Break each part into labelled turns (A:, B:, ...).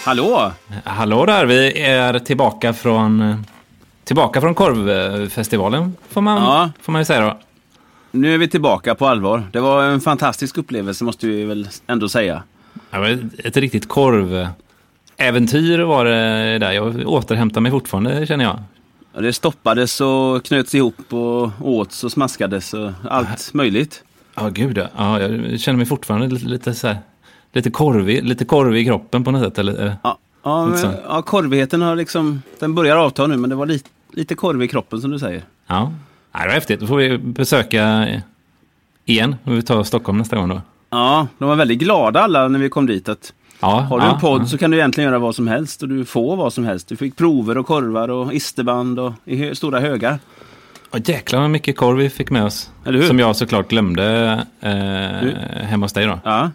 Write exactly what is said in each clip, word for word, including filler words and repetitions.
A: Hallå!
B: Hallå där, vi är tillbaka från tillbaka från korvfestivalen, får man, ja. får man ju säga då.
A: Nu är vi tillbaka på allvar. Det var en fantastisk upplevelse, måste vi väl ändå säga.
B: Ja, ett riktigt korväventyr var det där. Jag återhämtar mig fortfarande, känner jag.
A: Ja, det stoppades och knöts ihop och åts och smaskades och allt ja. möjligt.
B: Ja, gud ja. Ja, jag känner mig fortfarande lite, lite så här, lite korvig, lite korvig i kroppen på något sätt. Eller,
A: ja, ja, men, ja, korvigheten har liksom, den börjar avta nu, men det var lite, lite korvig i kroppen som du säger.
B: Ja, ja det var häftigt. Då får vi besöka igen och vi tar Stockholm nästa gång då.
A: Ja, de var väldigt glada alla när vi kom dit att ja, har du en podd ja. så kan du egentligen göra vad som helst och du får vad som helst. Du fick prover och korvar och isterband och i hö- stora högar.
B: Ja, jäklar vad mycket korv vi fick med oss. Som jag såklart glömde eh, hemma hos dig då.
A: Ja.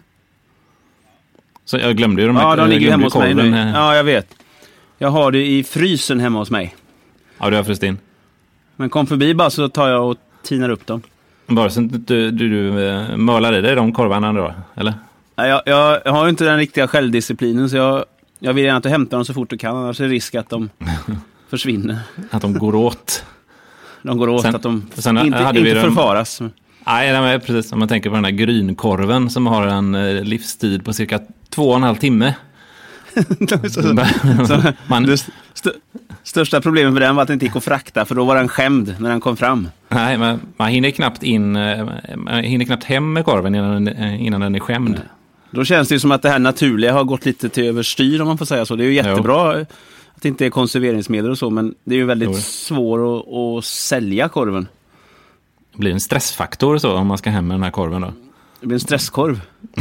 B: Så jag glömde ju de här.
A: Ja, de ligger hemma hos mig nu. Ja, jag vet. Jag har det i frysen hemma hos mig.
B: Ja, du har fryst in.
A: Men kom förbi bara så tar jag och tinar upp dem.
B: Bara så du, du, du mölar i dig de korvarna då, eller?
A: Ja, jag, jag, jag har ju inte den riktiga självdisciplinen så jag, jag vill gärna att hämta dem så fort du kan. Annars är det risk att de försvinner.
B: Att de går åt.
A: De går åt, sen, att de
B: sen
A: inte,
B: hade
A: inte
B: vi
A: förfaras.
B: Den, nej, nej, precis. Om man tänker på den här grynkorven som har en eh, livstid på cirka två och en halv timme.
A: så, så, man, det st- största problemet med den var att den inte gick att frakta, för då var den skämd när den kom fram.
B: Nej, men man hinner knappt in man hinner knappt hem med korven innan den, innan den är skämd. Nej.
A: Då känns det ju som att det här naturliga har gått lite till överstyr, om man får säga så. Det är ju jättebra jo. att det inte är konserveringsmedel och så, men det är ju väldigt jo. svårt att, att sälja korven.
B: Det blir en stressfaktor så om man ska hem med den här korven då.
A: Det blir en stresskorv.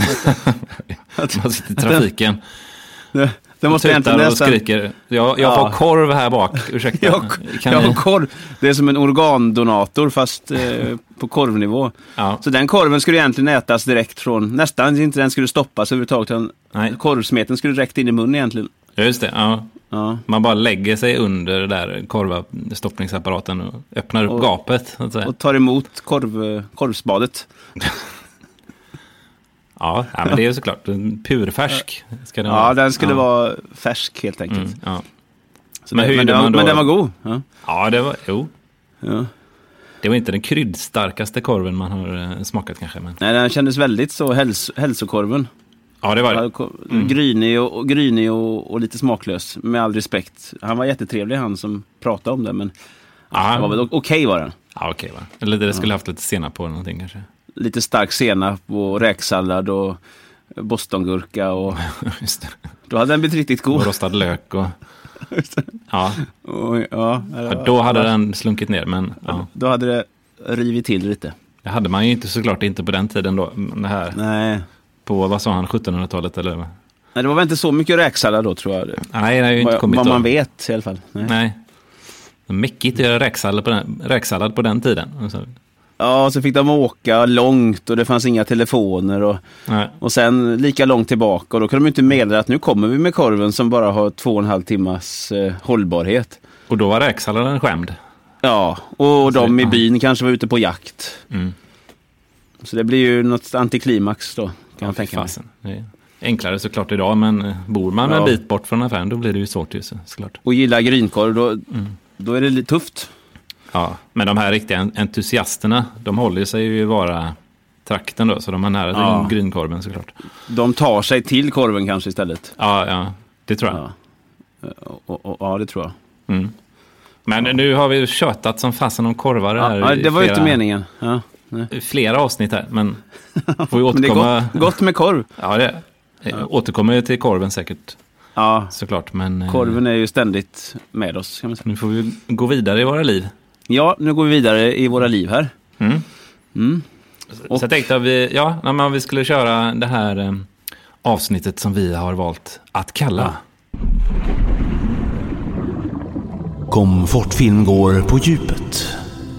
B: att man sitter i trafiken.
A: Det, det måste egentligen
B: och
A: nästan...
B: skriker. Jag, jag ja. får korv här bak. Ursäkta.
A: jag
B: kan
A: jag
B: ni...
A: har korv. Det är som en organdonator fast eh, på korvnivå. Ja. Så den korven skulle egentligen ätas direkt från... Nästan inte den skulle stoppas överhuvudtaget. Korvsmeten skulle direkt in i munnen egentligen.
B: Just det, ja. ja. Man bara lägger sig under det där korvstoppningsapparaten och öppnar upp och, gapet. Så att säga.
A: Och tar emot korv, korvsbadet.
B: Ja, ja, men det är ju såklart purfärsk. Ska den
A: ja,
B: vara.
A: den skulle
B: ja.
A: vara färsk helt enkelt. Mm,
B: ja.
A: Så men, det, men, den, men den var god. Ja,
B: ja det var, jo.
A: Ja.
B: Det var inte den kryddstarkaste korven man har smakat kanske. Men...
A: Nej, den kändes väldigt så häls- hälsokorven.
B: Ja, det var det.
A: Mm. Grynig, och, och, grynig och, och lite smaklös, med all respekt. Han var jättetrevlig, han som pratade om det, men ja, det var väl okej okay, var den.
B: Ja, okej okay, va. Eller det skulle ja. haft lite senap på eller någonting kanske.
A: Lite stark senap och räksallad och bostongurka och
B: just det.
A: Då hade den blivit riktigt god.
B: Och rostad lök och ja.
A: Och, ja,
B: ja, då hade den slunkit ner, men ja.
A: Då hade det rivit till lite.
B: Det hade man ju inte såklart inte på den tiden då, det här.
A: Nej.
B: På, vad sa han, sjuttonhundratalet eller? Nej,
A: det var väl inte så mycket räksallad då, tror jag.
B: Nej, det har ju inte kommit
A: vad
B: då.
A: Man vet i alla fall. Nej.
B: Nej. Mäckigt att göra räksallad på den, räksallad på den tiden. Så.
A: Ja, så fick de åka långt och det fanns inga telefoner och, och sen lika långt tillbaka, och då kunde de inte meddela att nu kommer vi med korven som bara har två och en halv timmas eh, hållbarhet.
B: Och då var räksalladen skämd.
A: Ja, och de i byn kanske var ute på jakt.
B: Mm.
A: Så det blir ju något antiklimax då, kan
B: ja,
A: man tänka
B: fasen. mig. Det är enklare såklart idag, men bor man ja. en bit bort från affären, då blir det ju svårt ju såklart.
A: Och gillar grynkorv, då, mm. då är det lite tufft.
B: Ja, men de här riktiga entusiasterna, de håller sig ju vara trakten då, så de har nära till ja. grynkorven såklart.
A: De tar sig till korven kanske istället.
B: Ja, ja, det tror jag.
A: Ja, och, och, ja det tror jag.
B: Mm. Men ja. nu har vi tjötat som fasen om korvar här.
A: Ja, det var ju inte meningen. Ja,
B: nej. Flera avsnitt här, men får vi återkomma.
A: Men det är gott, gott med korv.
B: Ja, det ja. återkommer till korven säkert.
A: Ja,
B: såklart. Men
A: korven är ju ständigt med oss, kan man säga.
B: Nu får vi gå vidare i våra liv.
A: Ja, nu går vi vidare i våra liv här.
B: Mm.
A: Mm.
B: Och så jag tänkte att vi, ja, när vi skulle köra det här eh, avsnittet som vi har valt att kalla.
C: Komfortfilm går på djupet.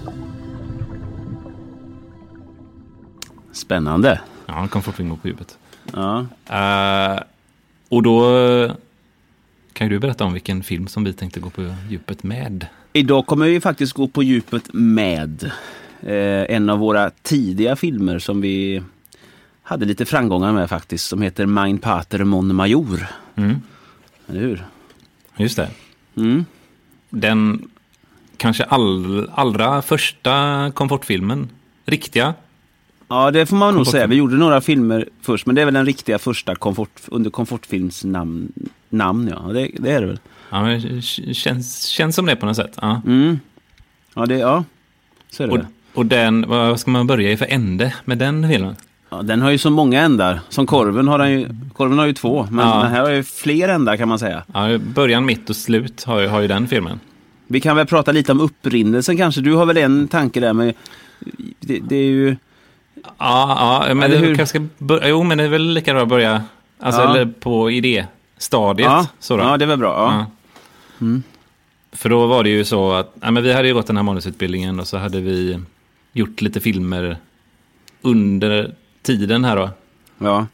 A: Spännande.
B: Ja, komfortfilm går på djupet.
A: Ja.
B: Uh, och då kan du berätta om vilken film som vi tänkte gå på djupet med.
A: Idag kommer vi faktiskt gå på djupet med eh, en av våra tidiga filmer som vi hade lite framgångar med faktiskt, som heter Mein Pater Mon Major.
B: Mm.
A: eller hur?
B: Just det.
A: Mm.
B: Den kanske all, allra första komfortfilmen. Riktiga.
A: Ja, det får man nog säga. Vi gjorde några filmer först, men det är väl den riktiga första komfort, under komfortfilms namn, namn ja. Det, det är det väl.
B: Ja, men det känns, känns som det på något sätt. Ja,
A: mm. ja, det, ja. Så är det
B: och,
A: väl.
B: Och den, vad ska man börja i för ände med den filmen?
A: Ja, den har ju så många ändar. Som korven har den ju, korven har ju två, men
B: ja.
A: den här har ju fler ändar kan man säga.
B: Ja, början, mitt och slut har ju, har ju den filmen.
A: Vi kan väl prata lite om upprinnelsen kanske. Du har väl en tanke där, men det, det är ju...
B: Ja, ja men det kanske ska börja, jo, men det är väl lika bra att börja alltså,
A: ja.
B: eller på idéstadiet.
A: Ja,
B: så då.
A: Ja det är väl bra. Ja.
B: Ja.
A: Mm.
B: För då var det ju så att ja, men vi hade ju gått den här manusutbildningen och så hade vi gjort lite filmer under tiden här då.
A: Ja.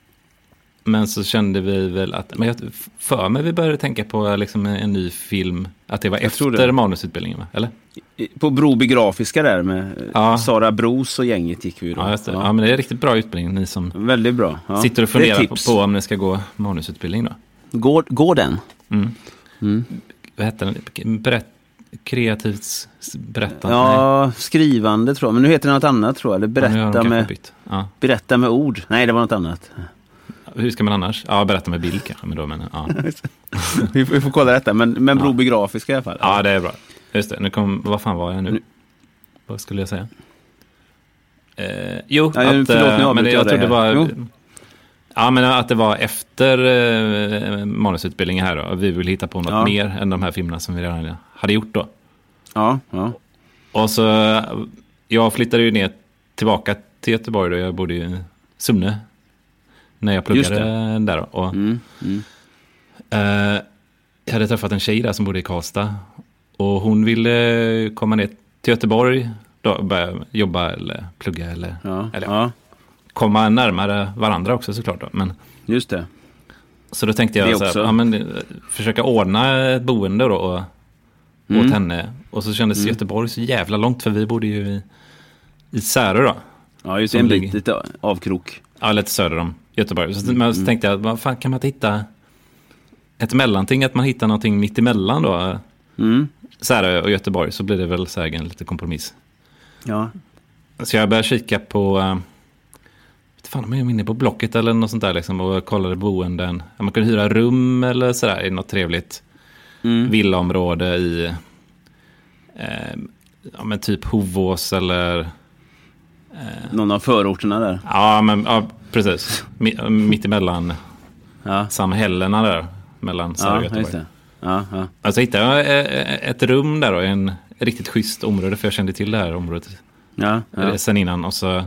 B: Men så kände vi väl att, men jag, för mig vi började tänka på liksom en ny film, att det var jag efter det. manusutbildningen, va? Eller?
A: På Broby Grafiska där med
B: ja.
A: Sara Bros och gänget gick vi då.
B: Ja, just det. Ja. ja, men det är riktigt bra utbildning, ni som
A: väldigt bra. Ja.
B: sitter och funderar på, på om ni ska gå manusutbildning då.
A: Går, går den?
B: Mm.
A: Mm.
B: Vad heter den? Berätt, kreativt berättande?
A: Ja, nej. Skrivande tror jag. Men nu heter det något annat tror jag. Eller berätta,
B: ja,
A: med,
B: ja.
A: berätta med ord. Nej, det var något annat.
B: Hur ska man annars? Ja, berätta med bild kanske. Men då, men, ja.
A: vi, får, vi får kolla detta. Men, men Broby
B: ja.
A: Grafiska i alla fall.
B: Ja, det är bra. Just det. Nu kom, vad fan var jag nu? nu. Vad skulle jag säga? Eh, jo,
A: ja,
B: att,
A: förlåt, nu
B: men det, jag tror det var...
A: Jo.
B: Ja, men att det var efter eh, manusutbildningen här då. Och vi vill hitta på något ja. mer än de här filmerna som vi redan hade gjort då.
A: Ja, ja.
B: Och så, jag flyttade ju ner tillbaka till Göteborg då. Jag bodde i Sunne. När jag pluggade där då. Och,
A: mm, mm.
B: Eh, jag hade träffat en tjej där som bodde i Karlstad. Och hon ville komma ner till Göteborg då och börja jobba eller plugga eller,
A: ja,
B: eller
A: ja.
B: komma närmare varandra också såklart då. Men,
A: just det.
B: så då tänkte jag så här, ja, men, försöka ordna ett boende då och, mm. åt henne. Och så kändes mm. Göteborg så jävla långt för vi bodde ju i, i Särö då.
A: Ja, just en bit lite avkrok.
B: Ja, lite söder om Göteborg. Så, mm. men så tänkte jag, vad fan kan man hitta ett mellanting, att man hittar någonting mitt emellan då.
A: Mm.
B: Särö och Göteborg, så blir det väl så här en lite kompromiss.
A: Ja.
B: Så jag började kika på äh, vet fan om jag är inne på Blocket eller något sånt där liksom, och kollade boenden. Man kunde hyra rum eller sådär i något trevligt mm. villaområde i äh, ja, men typ Hovås eller äh,
A: någon av förorterna där.
B: Ja, men ja, precis. M- mitt emellan
A: ja.
B: samhällena där mellan Särö och
A: ja,
B: Göteborg.
A: Just det. Ja, ja.
B: Alltså hittade jag ett rum där då, en riktigt schysst område, för jag kände till det här området
A: ja, ja.
B: sen innan. Och så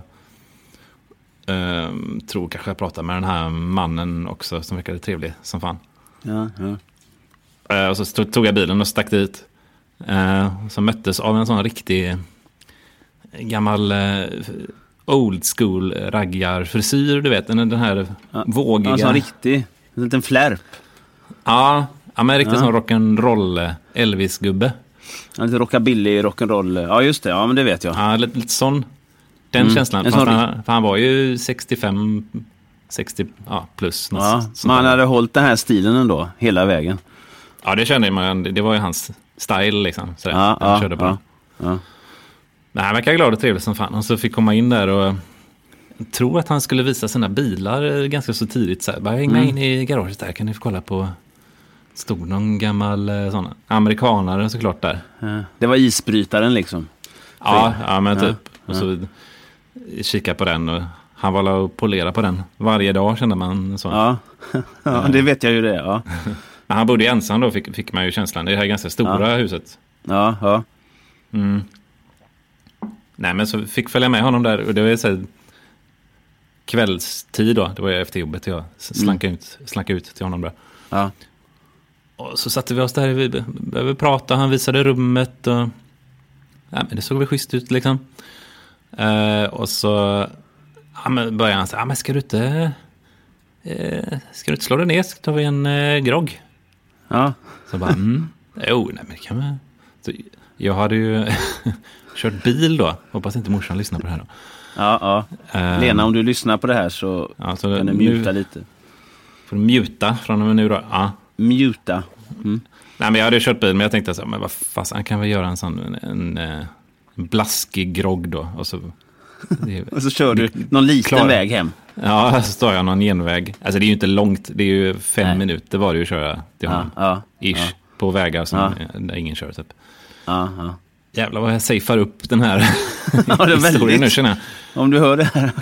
B: um, tror kanske jag pratade med den här mannen också som verkade trevlig som fan.
A: Ja, ja.
B: Uh, och så stod, tog jag bilen och stack dit. Uh, som möttes av en sån riktig gammal uh, old school raggarfrisyr, du vet. Den, den här
A: ja.
B: vågiga.
A: En sån riktig, en liten flärp.
B: Ja, ja, men riktigt
A: ja.
B: som rock'n'roll Elvis-gubbe.
A: Ja, lite rockabilly, rock'n'roll. Ja, just det. Ja, men det vet jag.
B: Ja, lite, lite sån. Den mm. känslan.
A: En
B: sån
A: sån
B: han, för han var ju sextiofem, sextio ja, plus.
A: Ja, man hade hållit den här stilen ändå, hela vägen.
B: Ja, det kände man. Det var ju hans style liksom. Så
A: ja,
B: ja, körde
A: ja,
B: på.
A: Ja, ja.
B: Men han verkar glad och trevlig som fan. Och så fick komma in där och jag tror att han skulle visa sina bilar ganska så tidigt. Så här, bara häng med mm. in i garaget där, kan ni få kolla på. Stod någon gammal sån amerikanare såklart där.
A: Ja, det var isbrytaren liksom.
B: Ja, ja men typ.
A: Ja,
B: och så ja. kika på den och han var och polera på den varje dag, kände man så.
A: Ja, ja det vet jag ju det. Ja.
B: Men han bodde ensam då, fick, fick man ju känslan. Det här ganska stora
A: ja.
B: huset.
A: Ja, ja.
B: Mm. Nej, men så fick följa med honom där och det var så här kvällstid då. Det var efter jobbet jag slank mm. ut, slank ut till honom där.
A: Ja.
B: Och så satte vi oss där, vi började prata, han visade rummet och ja, men det såg väl schysst ut liksom. Uh, och så ja, men började han säga, ja, men ska du inte uh, ska du inte slå dig ner, så tar vi en uh, grogg.
A: Ja.
B: Så bara, mm, jo, nej men det kan man. Så jag hade ju kört bil då, hoppas inte morsan lyssnar på det här då.
A: Ja, ja. Uh, Lena, om du lyssnar på det här så, ja, så kan du muta lite.
B: Får du muta från och med nu då, ja.
A: Muta. Mm.
B: Nej, men jag hade kört bil, men jag tänkte så här, men vad fast han kan väl göra en sån en, en, en blaskig grogg då. Och så,
A: det, och så kör du någon liten klar. väg hem.
B: Ja, så står jag någon genväg. Alltså det är ju inte långt, det är ju fem Nej. minuter var det ju att köra till honom. Ja, ja, ish, ja. På vägar som ja. där ingen kör typ.
A: Ja, ja.
B: Jävlar vad jag safear upp den här
A: ja, det är
B: historien nu, känner jag.
A: Om du hör det här.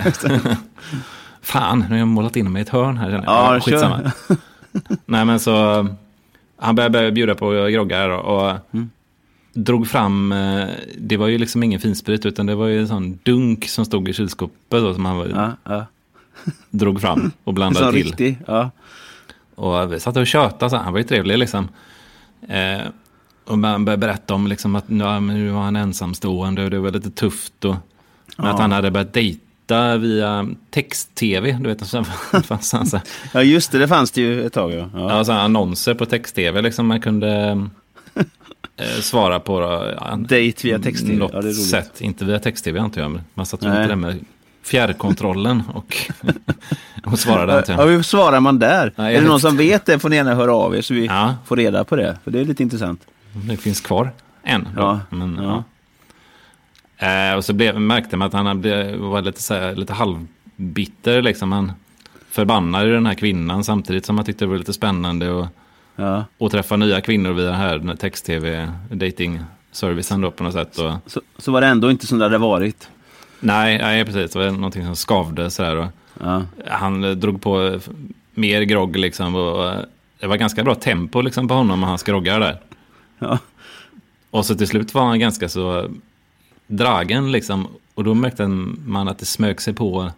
B: Fan, nu har jag målat in mig i ett hörn här.
A: Ja, ja skitsamma.
B: Nej, men så han började bjuda på groggar och mm. drog fram, det var ju liksom ingen finsprit utan det var ju en sån dunk som stod i kylskåpet då, som han var,
A: ja, ja.
B: drog fram och blandade
A: så
B: till.
A: Riktig, ja.
B: Och vi satt och tjötade, så han var ju trevlig liksom. Eh, och man började berätta om liksom att ja, nu var han ensamstående och det var lite tufft och ja. att han hade börjat dejta via text-tv, du vet. Så fanns han, så.
A: Ja just det, det fanns det ju ett tag. Ja,
B: ja. ja så annonser på text-tv liksom man kunde eh, svara på. Då, ja,
A: date via text-tv.
B: Något ja, det är sätt, inte via text-tv antar jag. Man satt inte det med fjärrkontrollen och, och svarade inte.
A: Ja, hur svarar man där? Ja, är det någon som vet det får ni gärna höra av er så vi ja. får reda på det. För det är lite intressant.
B: Det finns kvar än.
A: Ja.
B: Men, ja. Ja. Eh, och så blev, märkte man att han blev, var lite, så här, lite halvbitter. Liksom. Han förbannade den här kvinnan samtidigt som han tyckte det var lite spännande och,
A: ja.
B: och träffa nya kvinnor via den här text-tv-dating-servicen då på något sätt. Och,
A: så, så var det ändå inte som det hade varit?
B: Nej, nej, precis. Det var någonting som skavde så här. Och
A: ja.
B: Han drog på mer grogg liksom. Och det var ganska bra tempo liksom på honom och hans groggar där.
A: Ja.
B: Och så till slut var han ganska så dragen liksom. Och då märkte man att det smög sig på.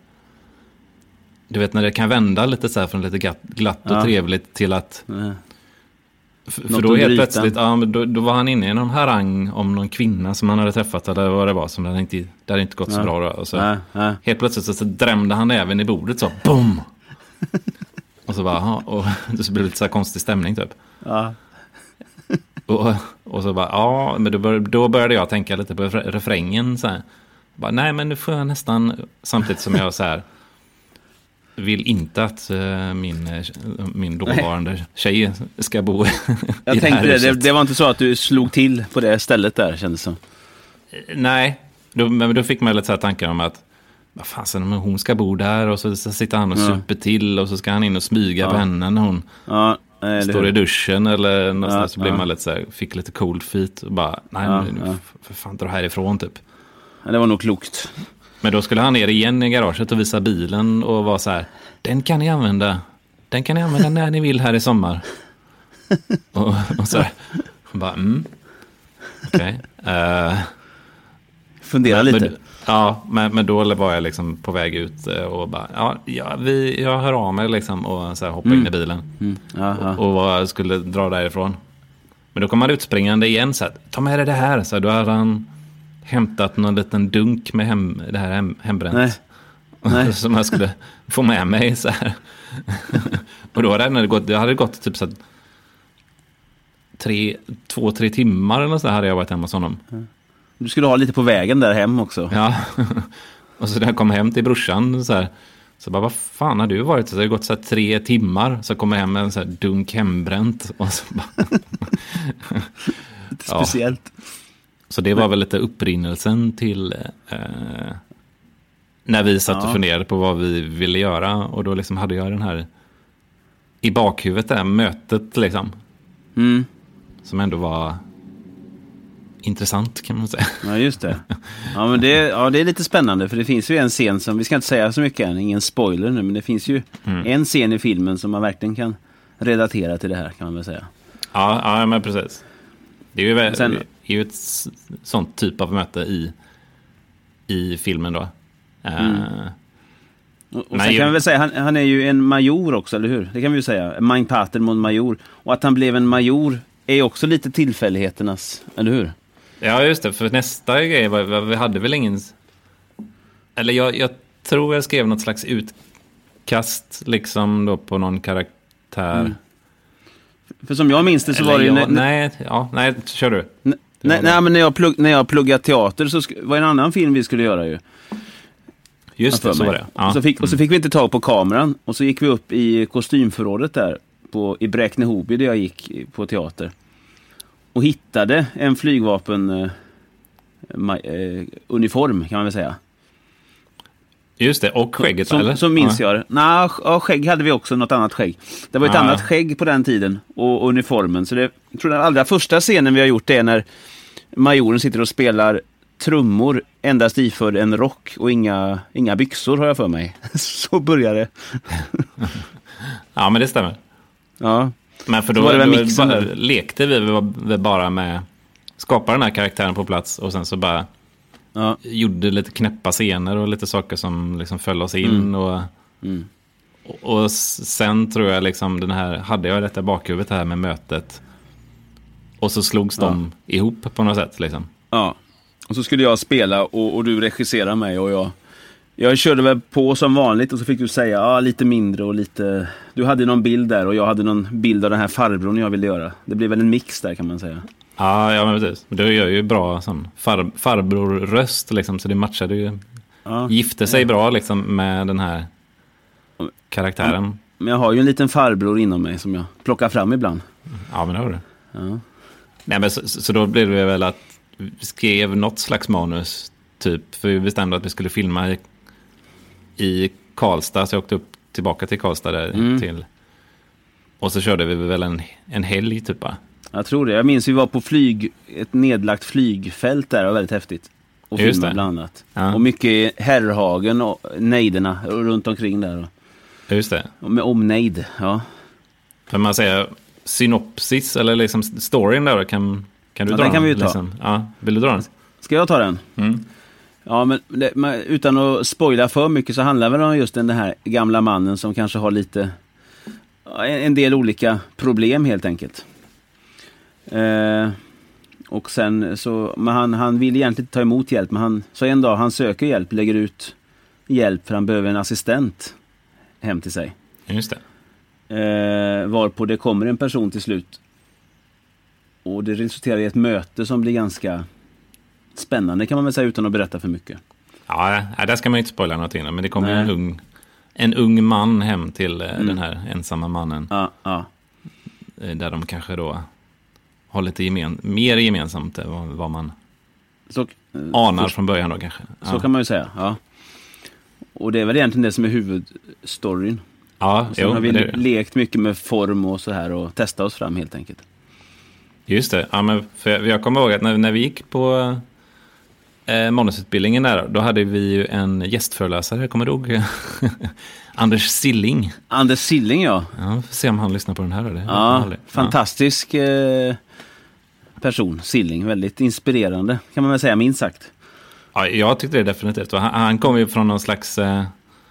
B: Du vet när det kan vända lite så här från lite glatt, glatt och ja. trevligt till att... Ja. För, för då helt plötsligt, ja, då, då var han inne i någon harang om någon kvinna som han hade träffat eller vad det var som det hade inte, det hade inte gått ja. så bra då. Och så,
A: ja, ja.
B: helt plötsligt så, så drämde han även i bordet så, boom! Och så bara, aha, och det blev lite så här konstig stämning typ.
A: Ja.
B: och, och så bara, ja, men då började, då började jag tänka lite på refrängen så här. Bara, nej men nu får jag nästan, samtidigt som jag så här vill inte att uh, min, min dåvarande Nej. tjej ska bo
A: jag
B: i
A: tänkte
B: det,
A: det, det, det var inte så att du slog till på det stället där, kändes som.
B: Nej, då, men då fick man lite så här tankar om att vad fan, men hon ska bo där och så, så sitter han och ja. super till och så ska han in och smyga ja. på henne när hon
A: ja,
B: står i duschen eller någonstans, ja, så blir ja. man lite så här, fick lite cold feet och bara, nej
A: ja,
B: men,
A: ja.
B: för fan dra härifrån typ.
A: Ja, det var nog klokt.
B: Men då skulle han ner igen i garaget och visa bilen och vara så här, den kan ni använda. Den kan ni använda när ni vill här i sommar. och, och så här. Och bara, mm. Okej. Okay. Uh,
A: Fundera
B: men,
A: lite.
B: Men, ja, men, men då var jag liksom på väg ut och bara, ja, ja vi, jag hör av mig liksom och så här hoppade mm. in i bilen.
A: Mm.
B: Och, och skulle dra därifrån. Men då kom han utspringande igen så här, ta med dig det här. Så här, då hade han hämtat någon liten dunk med hem, det här hem, hembränt.
A: Nej. Nej.
B: Som jag skulle få med mig så här. Och då hade det gått, det hade gått typ så att tre, två, tre timmar eller så hade jag varit hemma hos honom.
A: Du skulle ha lite på vägen där hem också.
B: Ja. Och så när jag kom hem till brorsan så här, så bara, vad fan har du varit? Så det har gått så här tre timmar, så kommer jag hem med en så här dunk hembränt. Och så bara...
A: Lite speciellt.
B: Ja. Så det var väl lite upprinnelsen till eh, när vi satt och ja. funderade på vad vi ville göra. Och då liksom hade jag den här i bakhuvudet där mötet liksom.
A: Mm.
B: Som ändå var intressant kan man säga.
A: Ja just det. Ja men det, ja, det är lite spännande för det finns ju en scen som, vi ska inte säga så mycket än, ingen spoiler nu, men det finns ju mm. en scen i filmen som man verkligen kan relatera till det här kan man väl säga.
B: Ja, ja men precis. Det är ju, väl,
A: sen,
B: är ju ett sånt typ av möte i, i filmen då. Mm. Uh,
A: och och sen kan vi väl säga, han, han är ju en major också, eller hur? Det kan vi ju säga. Mein Pater mon major. Och att han blev en major är också lite tillfälligheternas, eller hur?
B: Ja, just det. För nästa grej var, vi hade väl ingen... Eller jag, jag tror jag skrev något slags utkast liksom då på någon karaktär. Mm. För som jag minns det så eller var det ju... Jag,
A: nej,
B: ja, nej, kör du.
A: Nej, nej, nej men när jag, plugg, när jag pluggade teater så sk- var det en annan film vi skulle göra ju.
B: Just det, så var det.
A: Ja. Och, så fick, och så fick vi inte tag på kameran. Och så gick vi upp i kostymförrådet där på, i Bräkne-Hoby där jag gick på teater. Och hittade en flygvapen eh, eh, uniform kan man väl säga.
B: Just det, och skägget
A: som,
B: eller?
A: Som minns
B: ja.
A: jag. Nej, ja, skägg hade vi också, något annat skägg. Det var ett
B: ja.
A: annat skägg på den tiden och uniformen. Så det, jag tror den allra första scenen vi har gjort är när majoren sitter och spelar trummor endast iförd en rock och inga, inga byxor har jag för mig. Så börjar det.
B: Ja, men det stämmer.
A: Ja.
B: Men för då, var det då mixen bara, lekte vi, vi bara med skapa den här karaktären på plats och sen så bara ja. gjorde lite knäppa scener och lite saker som liksom föll oss in mm. Och, mm. och och sen tror jag liksom den här hade jag detta bakhuvudet här med mötet och så slogs ja. de ihop på något sätt liksom.
A: Ja. Och så skulle jag spela och, och du regissera mig och jag jag körde väl på som vanligt och så fick du säga ja, lite mindre och lite du hade någon bild där och jag hade någon bild av den här farbrorn jag ville göra. Det blev väl en mix där kan man säga.
B: Ja, ja men precis. Det gör ju bra sån far, farbrorröst liksom så det matchade ju ja. gifte sig ja. bra liksom med den här karaktären.
A: Men jag har ju en liten farbror inom mig som jag plockar fram ibland.
B: Ja, men det har du. Ja. Nej, men så, så då blev det väl att vi skrev något slags manus typ för vi bestämde att vi skulle filma i, i Karlstad så jag åkte upp tillbaka till Karlstad där mm. till och så körde vi väl en, en helg typ bara.
A: Jag tror det. Jag minns vi var på flyg ett nedlagt flygfält där, det var väldigt häftigt. Och filma bland annat. Ja. Och mycket Herrhagen och nejderna runt omkring där.
B: Just det.
A: Och med omnejd, ja.
B: Kan man säga synopsis eller liksom storyn där kan kan du
A: ja,
B: dra
A: den? kan vi ju ta.
B: Liksom? Ja, vill du dra den?
A: Ska jag ta den?
B: Mm.
A: Ja, men det, man, utan att spoila för mycket så handlar det väl om just den här gamla mannen som kanske har lite en del olika problem helt enkelt. Eh, och sen så men han, han vill egentligen inte ta emot hjälp men han, så en dag han söker hjälp, lägger ut hjälp för han behöver en assistent hem till sig.
B: Just det.
A: Eh, varpå det kommer en person till slut och det resulterar i ett möte som blir ganska spännande kan man väl säga utan att berätta för mycket.
B: Ja, där ska man inte spoila någonting men det kommer en ung, en ung man hem till mm. den här ensamma mannen.
A: Ja, ja.
B: Där de kanske då har lite gemen, mer gemensamt vad, vad man
A: så,
B: anar
A: så,
B: från början då kanske. Ja.
A: Så kan man ju säga, ja. Och det är väl egentligen det som är huvudstoryn.
B: Ja,
A: och sen jo, har vi det. lekt mycket med form och så här och testat oss fram helt enkelt.
B: Just det, ja, men för jag, jag kommer ihåg att när, när vi gick på eh, manusutbildningen där, då hade vi ju en gästföreläsare, kommer du ihåg? Anders Silling.
A: Anders Silling, ja.
B: Ja, får se om han lyssnar på den här. Eller?
A: Ja, fantastisk eh, person, Silling. Väldigt inspirerande, kan man väl säga, minst sagt.
B: Ja, jag tyckte det definitivt. Han, han kom ju från någon slags... Eh,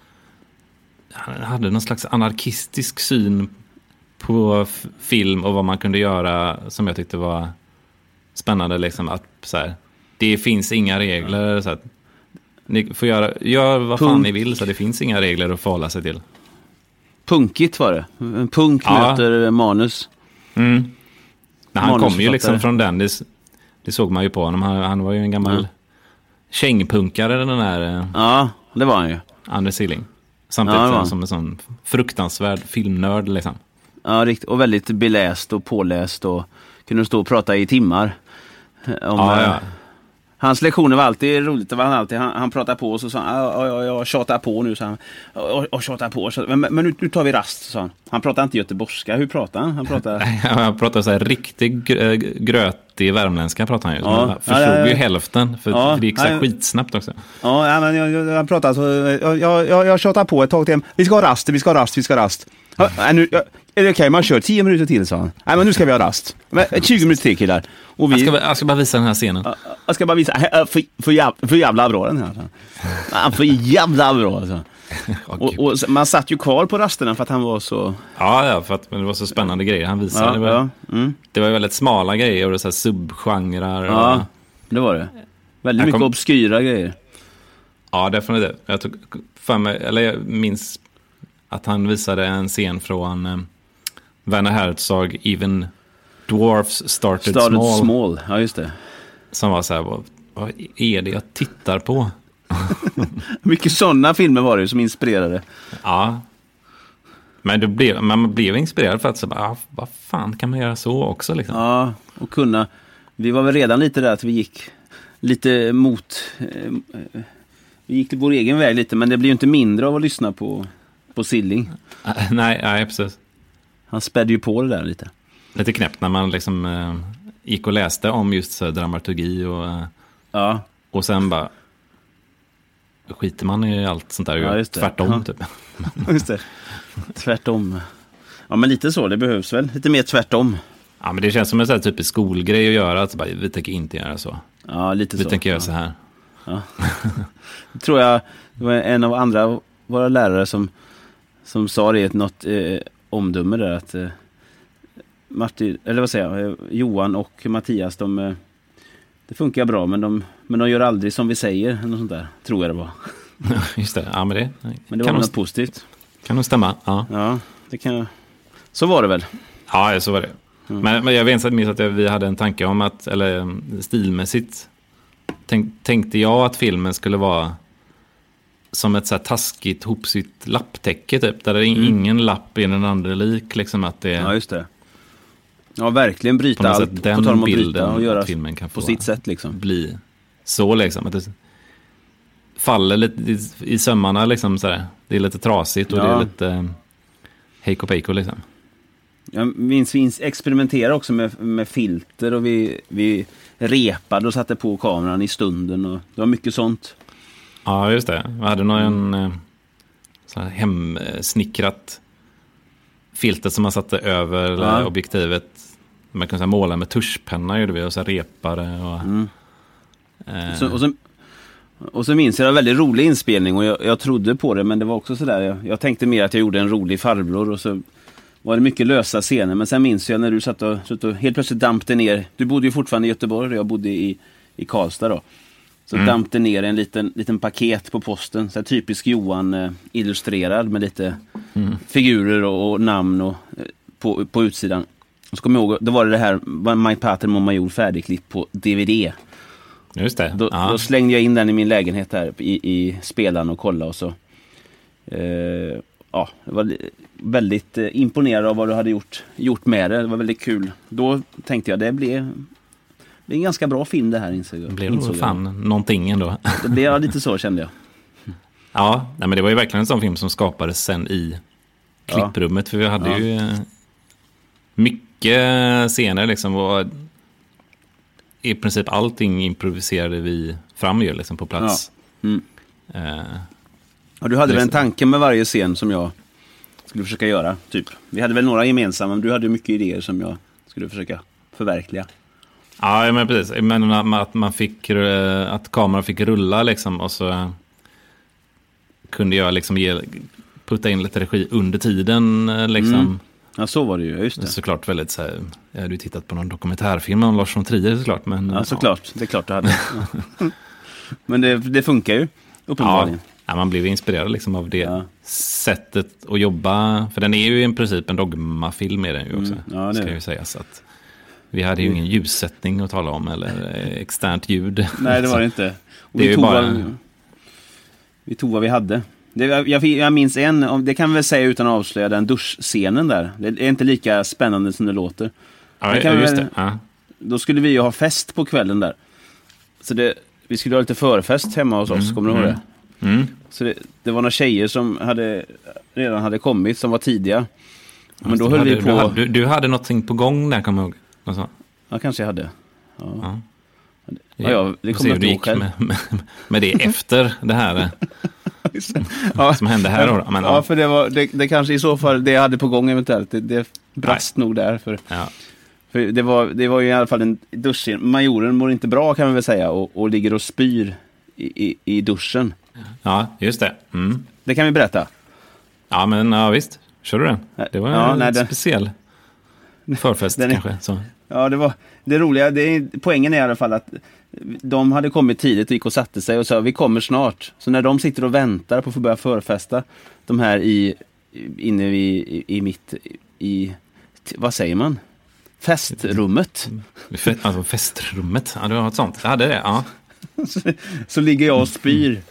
B: han hade någon slags anarkistisk syn på f- film och vad man kunde göra som jag tyckte var spännande. Liksom, att så här, det finns inga regler. Ja. Så att, ni får göra gör vad Punk. fan ni vill så det finns inga regler att förhålla sig till.
A: Punkigt var det. En punk ja. möter manus.
B: Mm. Nej, han kom ju liksom från den. Det, det såg man ju på honom. Han, han var ju en gammal mm. kängpunkare den där.
A: Ja, det var han ju.
B: Anders Silling. Samtidigt ja, som en sån fruktansvärd filmnörd liksom.
A: Ja, riktigt. Och väldigt beläst och påläst och kunde stå och prata i timmar. Om,
B: ja, ja.
A: Hans lektioner var alltid roligt. Det var han alltid, han, han pratade på och så sa han, ja, ja, jag tjatar på nu, så han. Jag, jag tjatar på. Så, men men nu, nu tar vi rast, sa han. Han pratade inte göteborgska. Hur pratar han? Han pratar
B: han pratar så här riktigt grötig värmländska pratar han ju. Ja, han förstod ja, ja, ja. ju hälften för, ja, för det gick så ja, skitsnabbt också.
A: Ja, men jag, jag, han pratar så jag, jag, jag, jag tjatar på ett tag till. Vi ska ha rast, vi ska ha rast, vi ska ha rast. Ja, nu, jag, är det okej, okay? Man kör tio minuter till, sa han. Nej, men nu ska vi ha rast. Men, tjugo minuter till, killar. Och vi,
B: jag, ska, jag ska bara visa den här scenen.
A: Jag ska bara visa, för, för, jävla, för jävla bra den här. Ja, för jävla bra, alltså. och, och man satt ju kvar på rasterna för att han var så...
B: Ja, ja för att det var så spännande grejer han visade.
A: Ja,
B: det, var,
A: ja. Mm.
B: det var ju väldigt smala grejer och så här subgenrer.
A: Ja,
B: och,
A: det var det. Väldigt mycket kom... obskyra grejer.
B: Ja, definitivt. Jag tog för mig, eller jag minns att han visade en scen från um, Werner Herzog, Even Dwarfs Started,
A: started
B: small.
A: small. Ja, just det.
B: Som var så här, vad, vad är det jag tittar på?
A: Mycket sådana filmer var det som inspirerade.
B: Ja. Men du blev, man blev inspirerad för att så bara, ah, vad fan kan man göra så också liksom?
A: Ja, och kunna. Vi var väl redan lite där att vi gick lite mot, eh, vi gick till vår egen väg lite, men det blir ju inte mindre av att lyssna på, på Silling.
B: nej, nej, precis.
A: Han spädde ju på det där lite.
B: Lite knäppt när man liksom eh, gick och läste om just så, dramaturgi och, eh,
A: ja.
B: och sen bara skiter man i allt sånt där och ja, tvärtom
A: ja.
B: typ.
A: Just det. Tvärtom. Ja, men lite så, det behövs väl. Lite mer tvärtom.
B: Ja, men det känns som en sån här typisk skolgrej att göra. Att bara, vi tänker inte göra så.
A: Ja, lite
B: vi
A: så.
B: Vi tänker göra
A: ja.
B: så här.
A: Ja. Tror jag, det var en av andra våra lärare som, som sa det i ett något eh, omdöme där att eh, Martin, eller vad säger jag, Johan och Mattias, de, eh, det funkar bra, men de, men de gör aldrig som vi säger, något sånt där, tror jag det var.
B: Just det, ja men det,
A: men det var något st- positivt.
B: Kan nog stämma, ja.
A: Ja, det kan, så var det väl.
B: Ja, så var det. Mm. Men, men jag vet att minns att vi hade en tanke om att, eller stilmässigt tänk, tänkte jag att filmen skulle vara som ett så här taskigt hopsytt lapptäcke typ, där det är mm. ingen lapp i den andra lik liksom, att det.
A: Ja, just det. Ja, verkligen bryta allt,
B: sätt, den
A: på
B: bilden
A: och göra
B: filmen kan
A: på sitt sätt liksom.
B: Bli så liksom att det faller lite i, i sömmarna liksom så här. Det är lite trasigt och ja. Det är lite eh, hejko pejko liksom.
A: Jag minns vi experimenterade också med, med filter och vi, vi repade och satte på kameran i stunden och det var mycket sånt.
B: Ja, just det. Vi hade nog en mm. så här hemsnickrat filter som man satte över ja. Objektivet. Man kan så här måla med tuschpenna gjorde vi och så här repade och,
A: mm.
B: eh.
A: så, och, så, och så minns jag en väldigt rolig inspelning och jag, jag trodde på det, men det var också så där jag, jag tänkte mer att jag gjorde en rolig farbror och så var det mycket lösa scener, men sen minns jag när du satt och, satt och helt plötsligt dampte ner. Du bodde ju fortfarande i Göteborg och jag bodde i, i Karlstad då. Så mm. dampte ner en liten, liten paket på posten, så här typisk Johan eh, illustrerad med lite mm. figurer och, och namn och, eh, på, på utsidan. Och så kommer jag ihåg, då var det det här Mike Pater Mon Major färdigklipp på D V D.
B: Just det.
A: Då, då slängde jag in den i min lägenhet här i, i spelaren och kollade och så. Eh, ja, det var väldigt eh, imponerad av vad du hade gjort, gjort med det. Det var väldigt kul. Då tänkte jag, det blir, det är en ganska bra film det här, insåg jag.
B: Det blev nog fan jag. Någonting ändå.
A: Det blev ja, lite så, kände jag.
B: Ja, nej, men det var ju verkligen en sån film som skapades sen i klipprummet. Ja. För vi hade ja. ju eh, mycket scener liksom. Och i princip allting improviserade vi fram ju liksom på plats.
A: Ja. Mm.
B: Eh,
A: ja, du hade väl en tanke med varje scen som jag skulle försöka göra, typ. Vi hade väl några gemensamma, men du hade mycket idéer som jag skulle försöka förverkliga.
B: Ja, men precis. Men att man fick, att kameran fick rulla liksom, och så kunde jag liksom ge, putta in lite regi under tiden liksom. Mm.
A: Ja, så var det ju, just det.
B: Såklart väldigt så här, jag hade ju tittat på någon dokumentärfilm om Lars von Trier såklart. Men,
A: ja, såklart. Ja. Det är klart du hade. Men det, det funkar ju, uppenbarligen.
B: Ja. Ja, man blev inspirerad liksom av det ja. Sättet att jobba. För den är ju i princip en dogmafilm är den ju också. Mm, ja, det ska ju sägas att vi hade ju ingen ljussättning att tala om eller externt ljud.
A: Nej, det var det inte. Och
B: det
A: vi,
B: är
A: tog
B: bara...
A: vad, vi tog vad vi hade. Det, jag, jag minns en, det kan vi väl säga utan att avslöja, den duschscenen där. Det är inte lika spännande som det låter.
B: Ja,
A: det kan
B: just
A: väl,
B: det. Ja.
A: Då skulle vi ju ha fest på kvällen där. Så det, vi skulle ha lite förfest hemma hos oss, mm, kommer du ihåg
B: mm.
A: det?
B: Mm.
A: Så det, det var några tjejer som hade, redan hade kommit, som var tidiga. Men då
B: du
A: höll
B: hade,
A: vi på...
B: Du hade, du hade någonting på gång där, kommer jag ihåg. Alltså.
A: Ja, kanske jag hade. Ja.
B: Ja.
A: Ja, ja, det kommer jag ihåg själv.
B: Med, med, med det efter det här
A: ja.
B: som hände här. Då. Men,
A: ja, ja, för det var det, det kanske i så fall det jag hade på gång eventuellt. Det, det brast Nej. nog där. För,
B: ja.
A: för det, var, det var ju i alla fall en duschscen. Majoren mår inte bra, kan man väl säga, och, och ligger och spyr i, i, i duschen.
B: Ja, just det. Mm.
A: Det kan vi berätta.
B: Ja, men ja, visst. Kör du den? Det var ja, en nej, den, speciell förfest den är, kanske. Så.
A: Ja, det var det roliga. Det är, poängen är i alla fall att de hade kommit tidigt och gick och satte sig och sa vi kommer snart. Så när de sitter och väntar på att få börja förfesta, de här i inne i, i, i mitt i vad säger man? Festrummet.
B: Alltså festrummet. Ja, det var något sånt. Jag hade det, ja.
A: så, så ligger jag och spyr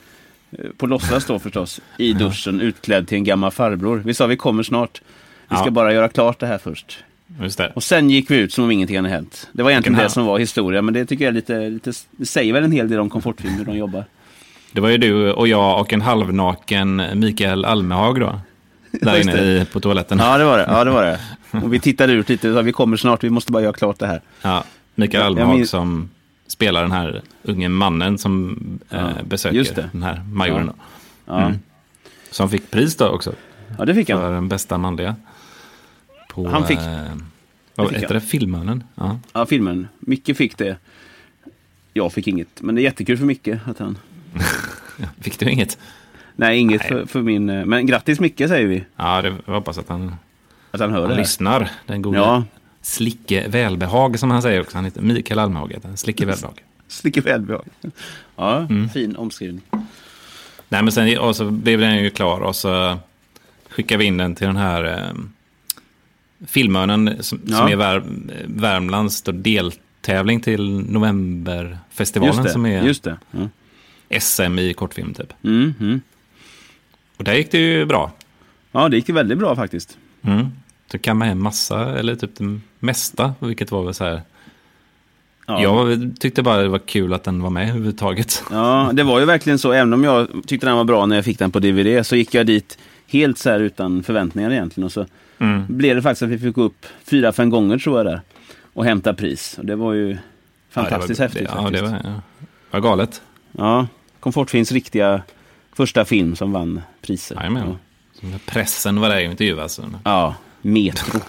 A: På låtsas då förstås. I duschen, utklädd till en gammal farbror. Vi sa vi kommer snart. Vi ska ja. bara göra klart det här först.
B: Just det.
A: Och sen gick vi ut som om ingenting hade hänt. Det var egentligen det som var historia. Men det tycker jag är lite, lite... Det säger väl en hel del om komfortfilm, hur de jobbar.
B: Det var ju du och jag och en halvnaken Mikael Almehag då. Där inne i, på toaletten.
A: Ja, det var det. Ja, det var det. Och vi tittade ut lite och sa vi kommer snart, vi måste bara göra klart det här.
B: Ja, Mikael Almehag min... som spelar den här unge mannen som ja, eh, besöker den här majoren. Då.
A: Ja. Mm.
B: Som fick pris då också.
A: Ja, det fick han.
B: För den bästa manliga. På,
A: han fick.
B: Eh, vad heter det? Filmen? Ja.
A: ja, filmen. Micke fick det. Jag fick inget. Men det är jättekul för Micke att han...
B: Fick du inget?
A: Nej, inget Nej. För, för min... Men grattis Micke, säger vi.
B: Ja, det, jag hoppas att han,
A: att han hör
B: han
A: det
B: lyssnar. Den goda ja. Slicke Välbehag som han säger också. Han heter Mikael Almehag. Slicke Välbehag.
A: Slicke Välbehag. Ja, mm. fin omskrivning.
B: Nej, men sen och så blev den ju klar och så skickade vi in den till den här eh, Filmörnen som, ja. som är Vär, Värmlands deltävling till Novemberfestivalen
A: just det,
B: som är
A: just det. Mm.
B: S M i kortfilm typ.
A: Mm, mm.
B: Och där gick det ju bra.
A: Ja, det gick ju väldigt bra faktiskt.
B: Mm. Så kan man hem massa, eller typ det mesta, vilket var väl så här... Ja. Jag tyckte bara det var kul att den var med överhuvudtaget.
A: Ja, det var ju verkligen så. Även om jag tyckte den var bra när jag fick den på D V D så gick jag dit helt så här utan förväntningar egentligen. Och så mm. blev det faktiskt att vi fick gå upp fyra, fem gånger tror jag där och hämta pris. Och det var ju fantastiskt
B: ja,
A: det var,
B: häftigt.
A: Det,
B: ja, det var, ja. var galet.
A: Ja, Komfortfilms riktiga första film som vann priser.
B: Ja, men. Ja. Pressen var där ju intervju alltså.
A: Ja, Metro.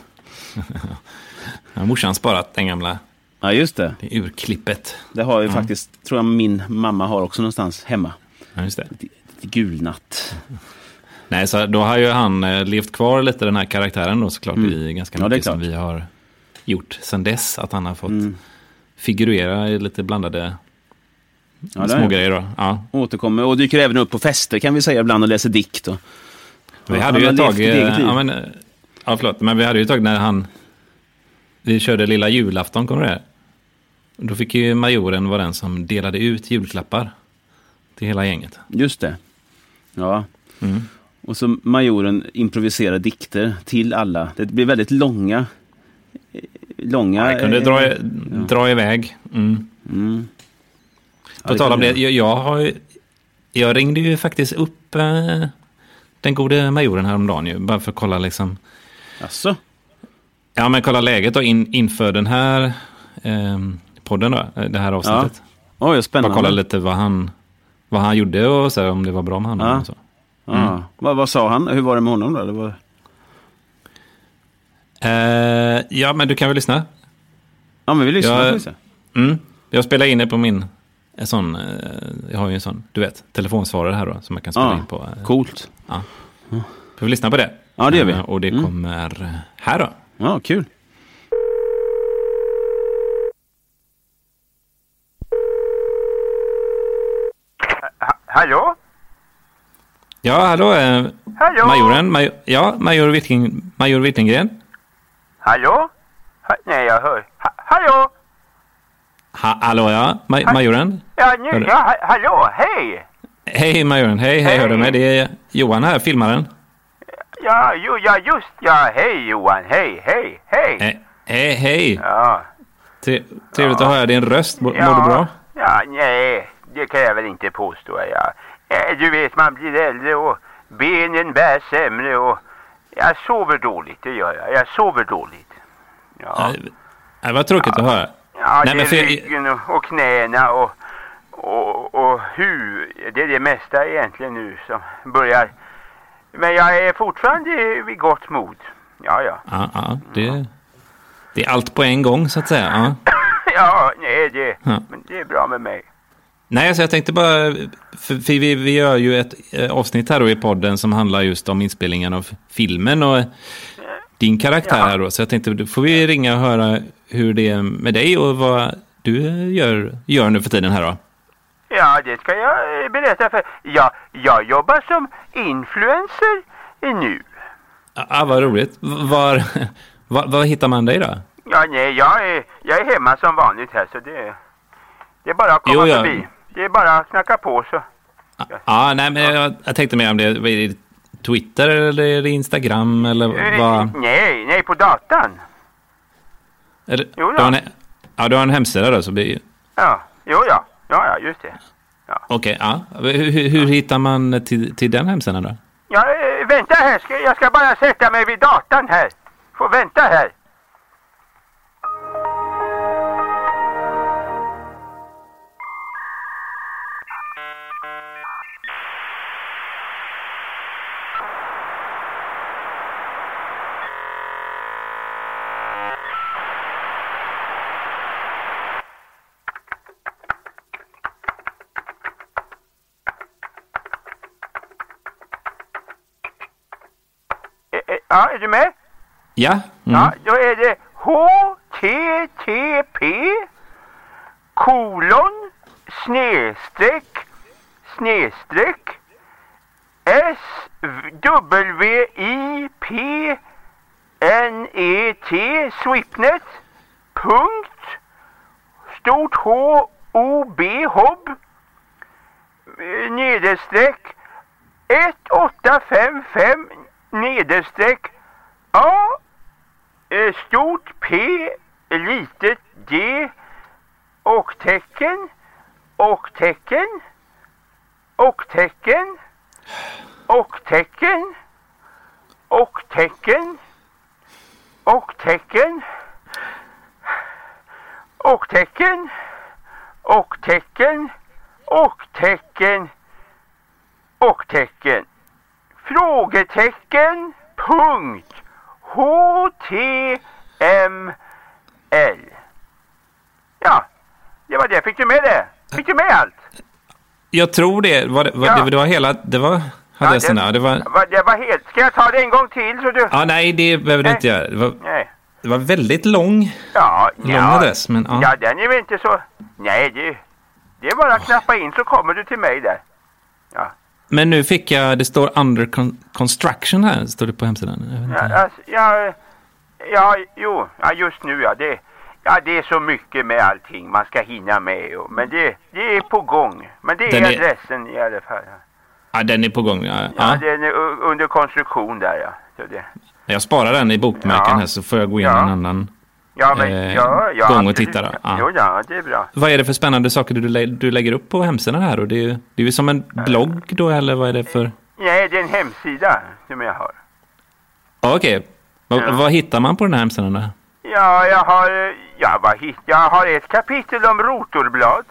B: Ja, morsan sparat den gamla.
A: Ja, just det.
B: Det urklippet.
A: Det har ju
B: ja.
A: faktiskt, tror jag min mamma har också någonstans hemma.
B: Ja, just det.
A: Lite, lite gulnatt.
B: Nej, så då har ju han eh, levt kvar lite den här karaktären då såklart mm. i ganska
A: ja,
B: mycket som vi har gjort sedan dess. Att han har fått mm. figurera i lite blandade ja, smågrejer då. Ja.
A: Återkommer och dyker även upp på fester kan vi säga ibland och läser dikt. Och,
B: vi hade ju ett tag... Ja, men, ja, förlåt. Men vi hade ju ett tag när han... Vi körde lilla julafton, kommer det? Då fick ju majoren vara den som delade ut julklappar till hela gänget.
A: Just det. Ja.
B: Mm.
A: Och så majoren improviserar dikter till alla. Det blir väldigt långa... långa
B: ja, jag kunde dra, ja. dra iväg. Mm.
A: Mm.
B: På ja, tal om det, jag, jag, har, jag ringde ju faktiskt upp eh, den gode majoren häromdagen ju, bara för att kolla liksom...
A: Asså?
B: Ja, men kolla läget då in, inför den här eh, podden då, det här avsnittet.
A: Ja. Oj, spännande.
B: Bara kolla lite vad han, vad han gjorde och så, om det var bra med honom.
A: Ja.
B: Och så.
A: Mm. Ja. Vad, vad sa han? Hur var det med honom då? Det var...
B: eh, ja, men du kan väl lyssna?
A: Ja, men vi lyssnar.
B: Jag, mm, jag spelar in det på min en sån, eh, jag har ju en sån, du vet, telefonsvarare här då, som jag kan spela
A: ja.
B: in på. Eh,
A: Coolt.
B: Ja. Får vi lyssna på det?
A: Ja, det gör vi.
B: Eh, och det
A: mm.
B: kommer här då.
A: Ja, kul.
D: Ha- hallå?
B: Ja, hallå. Eh,
D: hallå?
B: Majoren. Maj- ja, major, Wittling- major Wittengren.
D: Hallå? Ha- nej, jag hör. Ha- hallå?
B: Ha- hallå, ja. Ma- ha- majoren.
D: Ja, nu, ja, ha- hallå, hej.
B: Hej, majoren. Hej, hej,
D: hej.
B: hör du mig? Det är Johan här, filmaren.
D: Ja, jo, ja, just, ja, hej Johan, hej, hej, hej.
B: Hej, hej. hej.
D: Ja.
B: Tre- trevligt ja. att höra din röst. Mår
D: ja.
B: du bra?
D: Ja, nej, det kan jag väl inte påstå. Ja. Du vet, man blir äldre och benen bär sämre och jag sover dåligt, det gör jag. Jag sover dåligt. Ja.
B: Ja, det var tråkigt
D: ja.
B: att höra.
D: Ja,
B: Nej,
D: det är
B: för...
D: ryggen och, och knäna och, och, och hur. Det är det mesta egentligen nu som börjar. Men jag är fortfarande vid gott mod. Ja, ja.
B: Ja, ja. Det, det är allt på en gång så att säga. Ja,
D: ja nej, det,
B: ja.
D: Men det är bra med mig.
B: Nej, alltså jag tänkte bara, för, för vi, vi gör ju ett eh, avsnitt här då i podden som handlar just om inspelningen av filmen och din karaktär ja. här då. Så jag tänkte, då får vi ringa och höra hur det är med dig och vad du gör, gör nu för tiden här då.
D: Ja, det ska jag berätta för. Ja, jag jobbar som influencer nu.
B: Ja, vad roligt. Var, var, var hittar man dig då?
D: Ja, nej, jag är, jag är hemma som vanligt här så det, det är bara att komma
B: jo, ja.
D: förbi. Det är bara att knacka på så.
B: Ja, ah, nej, men jag, jag tänkte mer om det. Är det Twitter eller är det Instagram eller vad?
D: Nej, nej, på datan.
B: Eller, jo, du har en, ja, du har en hemsida då så blir...
D: Ja, jo, ja. Ja, ja, just det. Ja.
B: Okej, okay, ja. Hur, hur hittar man till, till den hemsidan då?
D: Ja, äh, vänta här. Ska, jag ska bara sätta mig vid datan här. Får vänta här. Ja, är du med?
B: Ja. Mm.
D: Ja, då är det H T T P kolon snedstreck snedstreck S W I P N E T Swipnet punkt stort H O B hobb nedestreck ett åtta fem fem nedestreck A stort P litet D och tecken och tecken och tecken och tecken och tecken och tecken och tecken och tecken och tecken och tecken frågetecken punkt H T M L. Ja, det var det. Fick du med det? Fick du med allt?
B: Jag tror det. Var det, var,
D: ja.
B: det, det var hela... Det var... Hade
D: ja,
B: jag såna, det, var...
D: det var helt... Ska jag ta det en gång till? Så du...
B: Ja, nej, det behöver du inte göra. Det var,
D: nej.
B: Det var väldigt lång.
D: Ja,
B: lång
D: ja.
B: adress. Men, ja.
D: ja, den är väl inte så... Nej, det, det är bara att knappa in så kommer du till mig där. Ja.
B: Men nu fick jag, det står under con- construction här, står det på hemsidan.
D: Ja, alltså, ja, ja, jo, ja, just nu ja, det, ja, det är så mycket med allting man ska hinna med. Och, men det, det är på gång. Men det är, är adressen i alla fall.
B: Ja, den är på gång. Ja,
D: ja,
B: ja.
D: Den är under konstruktion där, ja. Så det.
B: Jag sparar den i bokmärken ja. här så får jag gå in ja. en annan
D: ja, men,
B: eh,
D: ja, ja,
B: gång och titta. Då.
D: Ja. Jo, ja, det är bra.
B: Vad är det för spännande saker du, lä- du lägger upp på hemsidan här? Och det, är, det är ju som en blogg då, eller vad är det för?
D: Nej, det är en hemsida som jag har.
B: Okej. Okay. Va, ja. Vad hittar man på den här hemsidan då?
D: Ja, jag har, ja, vad hit, jag har ett kapitel om rotorblad.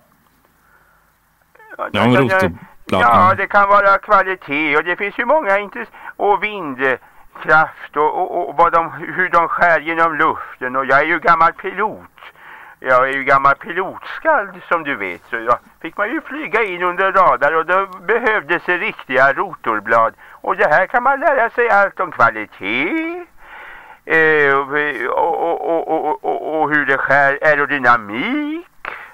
B: Ja, om rotorblad.
D: Ja, det kan vara kvalitet och det finns ju många intress- och vindkraft och, och, och vad de, hur de skär genom luften. Och jag är ju gammal pilot. Jag är ju gammal pilotskald som du vet. Så jag fick man ju flyga in under radar och då behövdes det riktiga rotorblad. Och det här kan man lära sig allt om kvalitet. Eh, och, och, och, och, och, och hur det skär aerodynamik.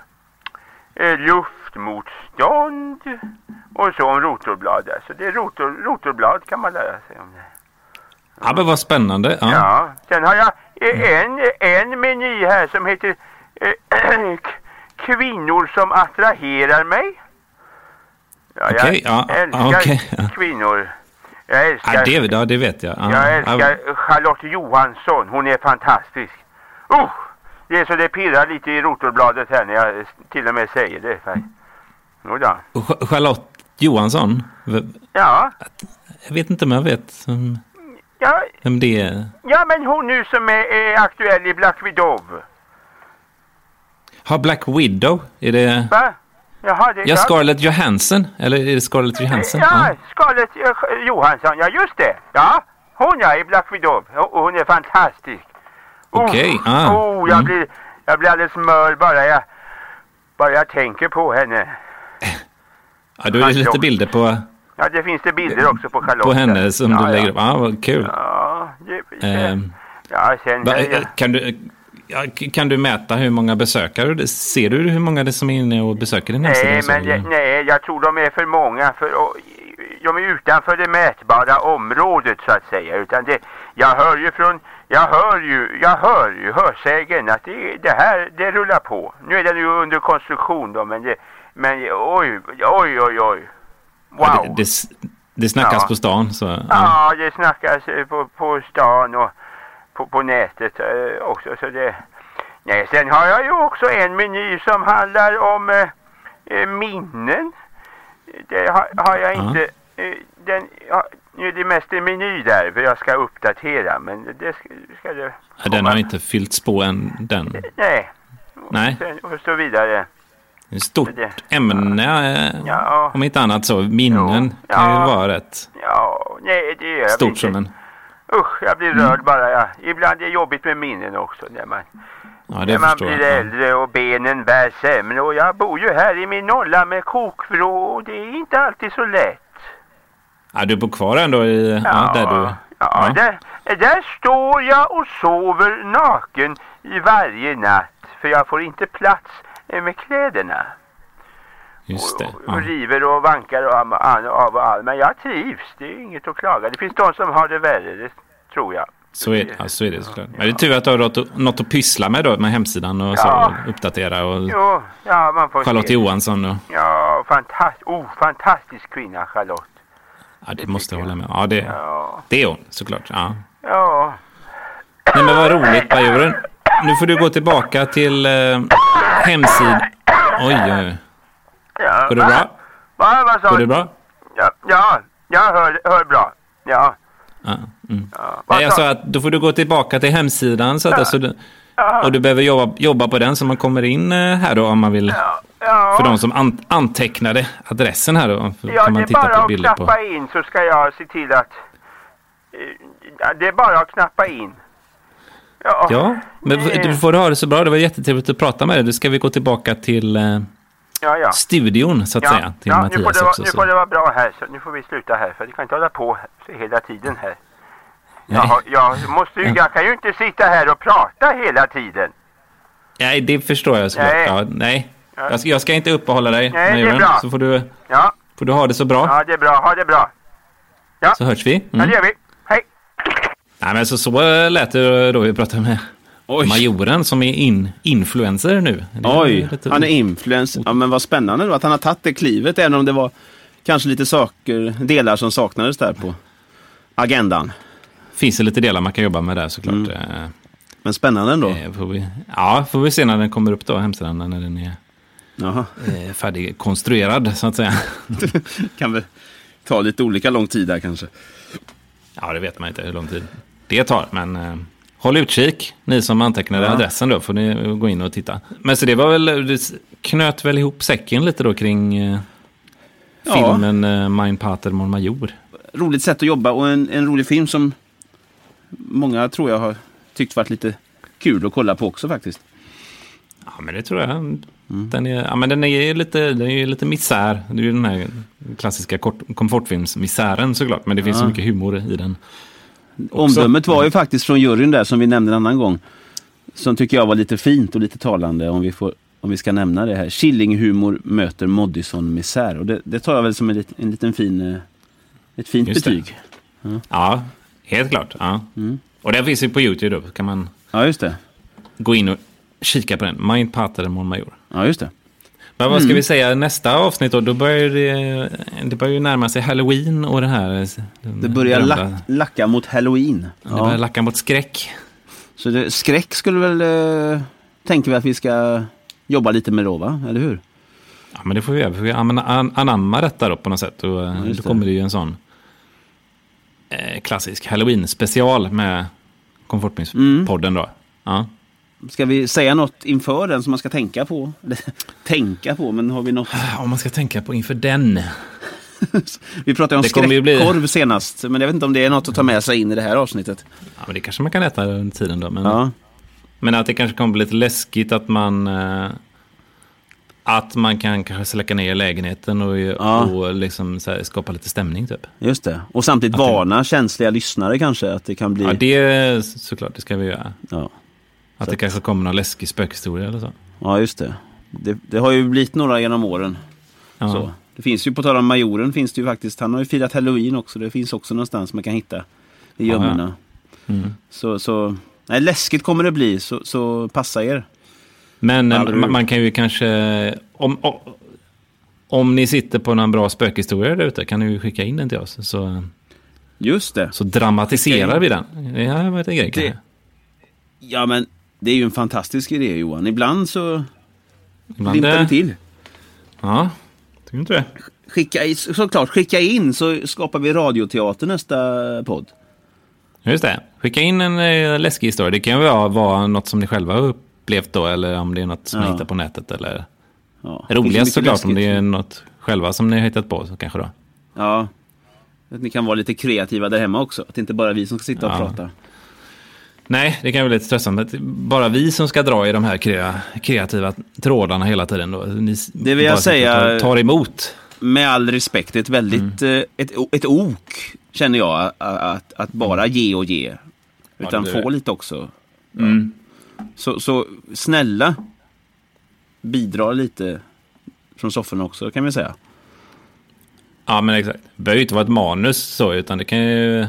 D: Eh, luftmotstånd. Och så om rotorblad. Så det är rotor, rotorblad kan man lära sig om det.
B: Ja, men vad spännande. Ja,
D: ja sen har jag en, en meny här som heter eh, kvinnor som attraherar mig. Ja, jag
B: okay, ja,
D: älskar
B: okay, ja.
D: kvinnor. Jag älskar,
B: ja, det, ja, det vet jag. Ja,
D: jag älskar ja. Charlotte Johansson. Hon är fantastisk. Oh, det är så det pirrar lite i rotorbladet här när jag till och med säger det. Jo då.
B: Charlotte Johansson?
D: Ja.
B: Jag vet inte om jag vet um,
D: ja.
B: vem det är.
D: Ja, men hon nu som är, är aktuell i Black Widow.
B: Har Black Widow? Är det...
D: Va? Jaha, det är
B: ja, Scarlett Johansson. Eller är det Scarlett Johansson?
D: Ja, ja. Scarlett Johansson. Ja, just det. Ja, hon är i Black Widow. Och hon är fantastisk.
B: Okej. Okay.
D: Oh,
B: ah.
D: oh, jag, mm. blir, jag blir alldeles mör bara jag, bara jag tänker på henne.
B: Ja, då är det lite bilder på...
D: Ja, det finns det bilder också på Charlotte.
B: På henne som
D: ja,
B: du lägger
D: ja.
B: upp. Ja, vad kul.
D: Ja, det,
B: um,
D: ja sen...
B: Va,
D: ja.
B: Kan du... Ja, kan du mäta hur många besökare? Ser du hur många det som är inne och besöker din hemsida?
D: Nej, men jag, nej, jag tror de är för många. För, och, de är utanför det mätbara området så att säga. Utan det, jag hör ju från... Jag hör ju, jag hör ju hörsägen att det, det här, det rullar på. Nu är den ju under konstruktion då, men det... Men oj, oj, oj, oj. Wow.
B: Ja, det, det, det snackas ja. på stan. Så, ja.
D: ja, det snackas på, på stan och på, på nätet eh, också. Så det... Nej, sen har jag ju också en meny som handlar om eh, minnen. Det har, har jag
B: ja.
D: inte... Eh, den, ja, nu är det mest en meny där för jag ska uppdatera, men det ska, ska det...
B: Ja, den har inte fyllts på än, den.
D: Nej.
B: Nej.
D: Och, sen, och så vidare.
B: Ett stort det, ämne, ja. om inte annat så. Minnen ja. kan ju vara rätt
D: ja, nej, det är
B: stort som en...
D: Usch, jag blir mm. rörd bara. Ja. Ibland är det jobbigt med minnen också. När man,
B: ja,
D: när man blir jag. äldre och benen bär sämre. Och jag bor ju här i min nolla med kokvrå och det är inte alltid så lätt.
B: Ja, du bor kvar ändå i... Ja, ja där du...
D: Ja, ja. Där, där står jag och sover naken i varje natt. För jag får inte plats med kläderna.
B: Just det.
D: Och, och, och river och vankar och av, av och all. Men jag trivs, det är inget att klaga. Det finns de som har det värre, det tror jag.
B: Så är, ja, så är det såklart. Men det är tur att du har något, något att pyssla med då, med hemsidan och ja. så och uppdatera. Och
D: jo, ja, man får
B: Charlotte
D: se.
B: Johansson. Och...
D: Ja, fantast, oh, fantastisk kvinna, Charlotte.
B: Ja, det, det måste jag hålla med. Ja, det,
D: ja.
B: det är hon, såklart. Ja.
D: Ja.
B: Nej, men vad roligt, Bajuren. Nu får du gå tillbaka till eh, hemsidan. Oj, oj.
D: Ja,
B: går det bra?
D: Va, vad sa
B: går det bra?
D: Ja, ja jag hör, hör bra. Ja.
B: Ja, mm. ja. Nej, jag sa att då får du gå tillbaka till hemsidan så att ja. alltså, du, ja. och du behöver jobba, jobba på den så man kommer in här då om man vill. Ja. Ja. För de som an, antecknade adressen här då.
D: Ja,
B: kan man
D: det är
B: titta
D: bara
B: på
D: att
B: bilder
D: knappa
B: på.
D: in så ska jag se till att ja, det är bara att knappa in.
B: Ja, ja men nej. Du får ha det så bra. Det var jättetrevligt att prata med dig. Nu ska vi gå tillbaka till eh,
D: ja, ja.
B: studion så att
D: ja.
B: säga. Till
D: ja,
B: Mattias
D: nu får, det vara,
B: också,
D: nu får det vara bra här. Så nu får vi sluta här. För det kan inte hålla på hela tiden här. Jag, jag, måste ju, jag kan ju inte sitta här och prata hela tiden.
B: Nej, det förstår jag såklart.
D: Nej.
B: Ja, nej. Jag ska, jag ska inte uppehålla dig.
D: Nej, det är bra.
B: Så får du,
D: ja.
B: får du ha det så bra.
D: Ja, det är bra. Ha det bra. Ja.
B: Så hörs vi. Mm.
D: Ja, det gör vi. Hej.
B: Nej, men så, så lät det då vi pratade med Oj. Majoren som är in, influencer nu.
A: Oj, han är influencer. Ja, men vad spännande då att han har tagit det klivet, även om det var kanske lite saker, delar som saknades där på agendan.
B: Finns det lite delar man kan jobba med där såklart. Mm.
A: Men spännande ändå.
B: Eh, får vi, ja, får vi se när den kommer upp då, hemsidan, när den är eh, färdigkonstruerad så att säga.
A: Kan väl ta lite olika lång tid där kanske.
B: Ja, det vet man inte hur lång tid det tar, men eh, håll utkik, ni som antecknade ja. adressen då, får ni gå in och titta. Men så det var väl, det knöt väl ihop säcken lite då kring eh, filmen ja. eh, Mein Pater Mon Major. Roligt sätt att jobba och en, en rolig film som många tror jag har tyckt varit lite kul att kolla på också faktiskt. Ja, men det tror jag. Mm. Den är, ja, men den är lite, den är lite misär. Det är ju den här klassiska kort, komfortfilmsmisären såklart, men det finns ja. så mycket humor i den. Också. Omdömet var ju faktiskt från juryn där som vi nämnde en annan gång. Som tycker jag var lite fint och lite talande om vi får, om vi ska nämna det här. Killinghumor möter Moddison-misär. Och det, det tar jag väl som en, en liten fin, ett fint Just betyg. Ja. ja, helt klart. Ja. Mm. Och det finns ju på YouTube då. Kan man ja, just det. gå in och kika på den. Mein Pater Mon Major. Ja, just det. Men vad ska mm. vi säga nästa avsnitt då? Då börjar det, det börjar ju närma sig Halloween och det här. Det börjar lack, lacka mot Halloween. Ja. Det börjar lacka mot skräck. Så det, skräck skulle väl, äh, tänker vi att vi ska jobba lite med då, va? Eller hur? Ja, men det får vi göra. Vi får an, anamma detta då på något sätt. Och ja, då kommer det ju en sån eh, klassisk Halloween-special med Komfortminspodden mm. då. Ja. Ska vi säga något inför den som man ska tänka på? Eller, tänka på, men har vi något? Om man ska tänka på inför den. Vi pratade om skräckkorv bli... senast, men jag vet inte om det är något att ta med sig in i det här avsnittet. Ja, men det kanske man kan äta under tiden då. Men, ja. men att det kanske kommer bli lite läskigt att man äh, att man kan kanske släcka ner lägenheten och, ja. och liksom så här, skapa lite stämning typ. Just det. Och samtidigt att varna det... känsliga lyssnare kanske att det kan bli... Ja, det såklart, det ska vi göra. Ja. Att det kanske kommer någon läskig spökhistoria eller så. Ja, just det. Det, det har ju blivit några genom åren. Ja. Så. Det finns ju, på tal om Majoren, finns det ju faktiskt, han har ju firat Halloween också. Det finns också någonstans man kan hitta i gömmorna. Ja, ja. mm. Så, så nej, läskigt kommer det bli, så, så passa er. Men man, man kan ju kanske, om, om ni sitter på någon bra spökhistoria där ute kan ni ju skicka in den till oss. Så,
A: just det.
B: Så dramatiserar vi den. Det har varit en grej. Det,
A: ja, men det är ju en fantastisk idé, Johan. Ibland så
B: Ibland
A: limtar
B: det
A: det till.
B: Ja, tycker inte det?
A: Skicka, såklart, skicka in så skapar vi radioteater nästa podd.
B: Just det. Skicka in en äh, läskig historia. Det kan ju vara, vara något som ni själva har upplevt då, eller om det är något som ja. ni hittar på nätet. Eller...
A: Ja.
B: Roligast såklart läskigt. Om det är något själva som ni har hittat på så kanske då.
A: Ja, att ni kan vara lite kreativa där hemma också. Att det inte bara är vi som ska sitta och ja. prata.
B: Nej, det kan vara lite stressande. Bara vi som ska dra i de här kre- kreativa trådarna hela tiden då. Ni
A: det vill jag säga
B: tar, tar emot.
A: Med all respekt, ett väldigt mm. ett, ett ok känner jag att, att, att bara ge och ge. Utan ja, få lite också.
B: Mm.
A: Så, så snälla bidrar lite från sofforna också, kan vi säga.
B: Ja, men exakt. Det behöver ju inte vara ett manus så, utan det kan ju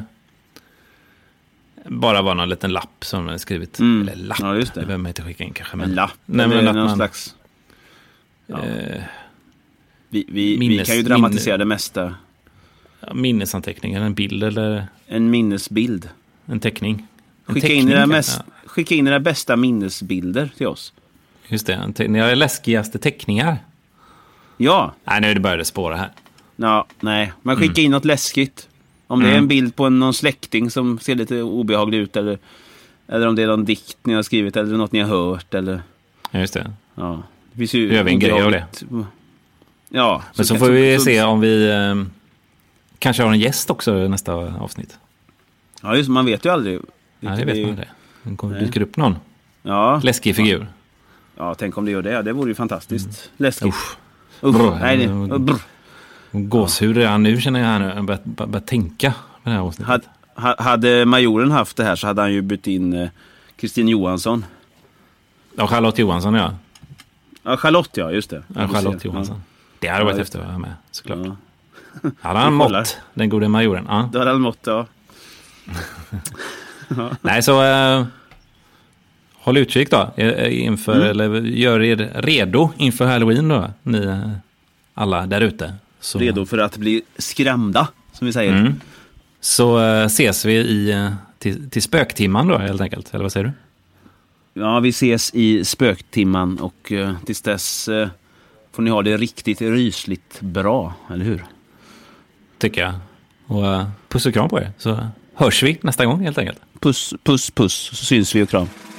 B: bara vara någon liten lapp som man har skrivit.
A: Mm.
B: Eller lapp,
A: ja, just det.
B: Det behöver man inte skicka in kanske. Men...
A: En lapp,
B: nej,
A: men
B: men
A: någon
B: man...
A: slags... Ja.
B: Eh...
A: Vi, vi,
B: minnes...
A: vi kan ju dramatisera det mesta.
B: Ja, minnesanteckningar, en bild eller...
A: En minnesbild.
B: En teckning. En
A: skicka,
B: teckning,
A: in era mest... ja. skicka in era bästa minnesbilder till oss.
B: Just det, te- ni har läskigaste teckningar.
A: Ja.
B: Nej, nu börjar det spåra här.
A: Ja, nej. Men skicka mm. in något läskigt. Om det mm. är en bild på en, någon släkting som ser lite obehaglig ut. Eller, eller om det är någon dikt ni har skrivit. Eller något ni har hört. Eller...
B: Ja, just det.
A: Ja. Det finns ju
B: gör vi en grej av det.
A: Ja.
B: Men så, så får vi se om vi eh, kanske har en gäst också i nästa avsnitt.
A: Ja, just man vet ju aldrig.
B: Ja, det vet man det. Den kommer dyker upp någon.
A: Ja.
B: Läskig figur.
A: Ja. Ja, tänk om det gör det. Det vore ju fantastiskt. Mm. Läskigt.
B: Usch.
A: Usch.
B: Brr.
A: Nej, det. Brr.
B: Gåshud redan nu känner jag här nu. Jag börjar, börjar tänka på det här avsnittet.
A: Had, hade majoren haft det här så hade han ju bytt in Kristin Johansson.
B: Ja, Charlotte Johansson, ja.
A: Ja, Charlotte, ja, just det.
B: Ja, Charlotte Johansson. Ja. Det hade varit ja, efter att vara med, såklart. Ja. Hade han mått, den gode majoren? Ja.
A: Då hade han mått, ja.
B: Nej, så... Uh, håll utkik då. Inför, mm. Eller gör er redo inför Halloween då. Ni alla där ute. Så...
A: Redo för att bli skrämda, som vi säger.
B: Mm. Så uh, ses vi i, till, till spöktimman då, helt enkelt. Eller vad säger du?
A: Ja, vi ses i spöktimman. Och uh, tills dess uh, får ni ha det riktigt rysligt bra, eller hur?
B: Tycker jag. Och uh, puss och kram på er. Så hörs vi nästa gång, helt enkelt.
A: Puss, puss, puss. Så syns vi och kram.